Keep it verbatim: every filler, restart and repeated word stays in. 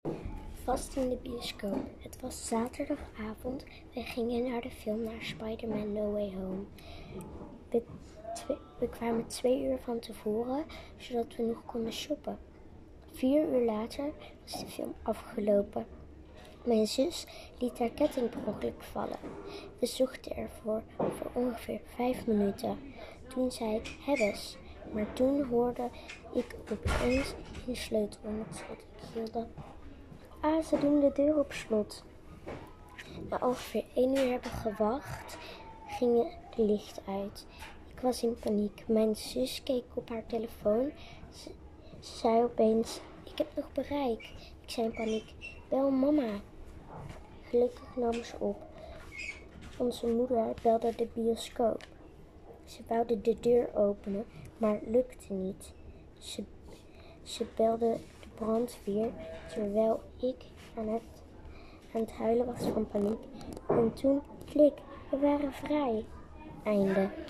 Vast in de bioscoop. Het was zaterdagavond. Wij gingen naar de film naar Spider-Man No Way Home. We, twe- we kwamen twee uur van tevoren, zodat we nog konden shoppen. Vier uur later was de film afgelopen. Mijn zus liet haar ketting per ongeluk vallen. We zochten ervoor voor ongeveer vijf minuten. Toen zei ik, hebes. Maar toen hoorde ik opeens een sleutel in het slot. Ik gilde, ah, ze doen de deur op slot. Na ongeveer één uur hebben gewacht, gingen de lichten uit. Ik was in paniek. Mijn zus keek op haar telefoon. Ze, ze zei opeens, ik heb nog bereik. Ik zei in paniek, bel mama. Gelukkig nam ze op. Onze moeder belde de bioscoop. Ze wilde de deur openen, maar lukte niet. Ze, ze belde de brandweer, terwijl ik aan het, aan het huilen was van paniek. En toen, klik, we waren vrij. Einde.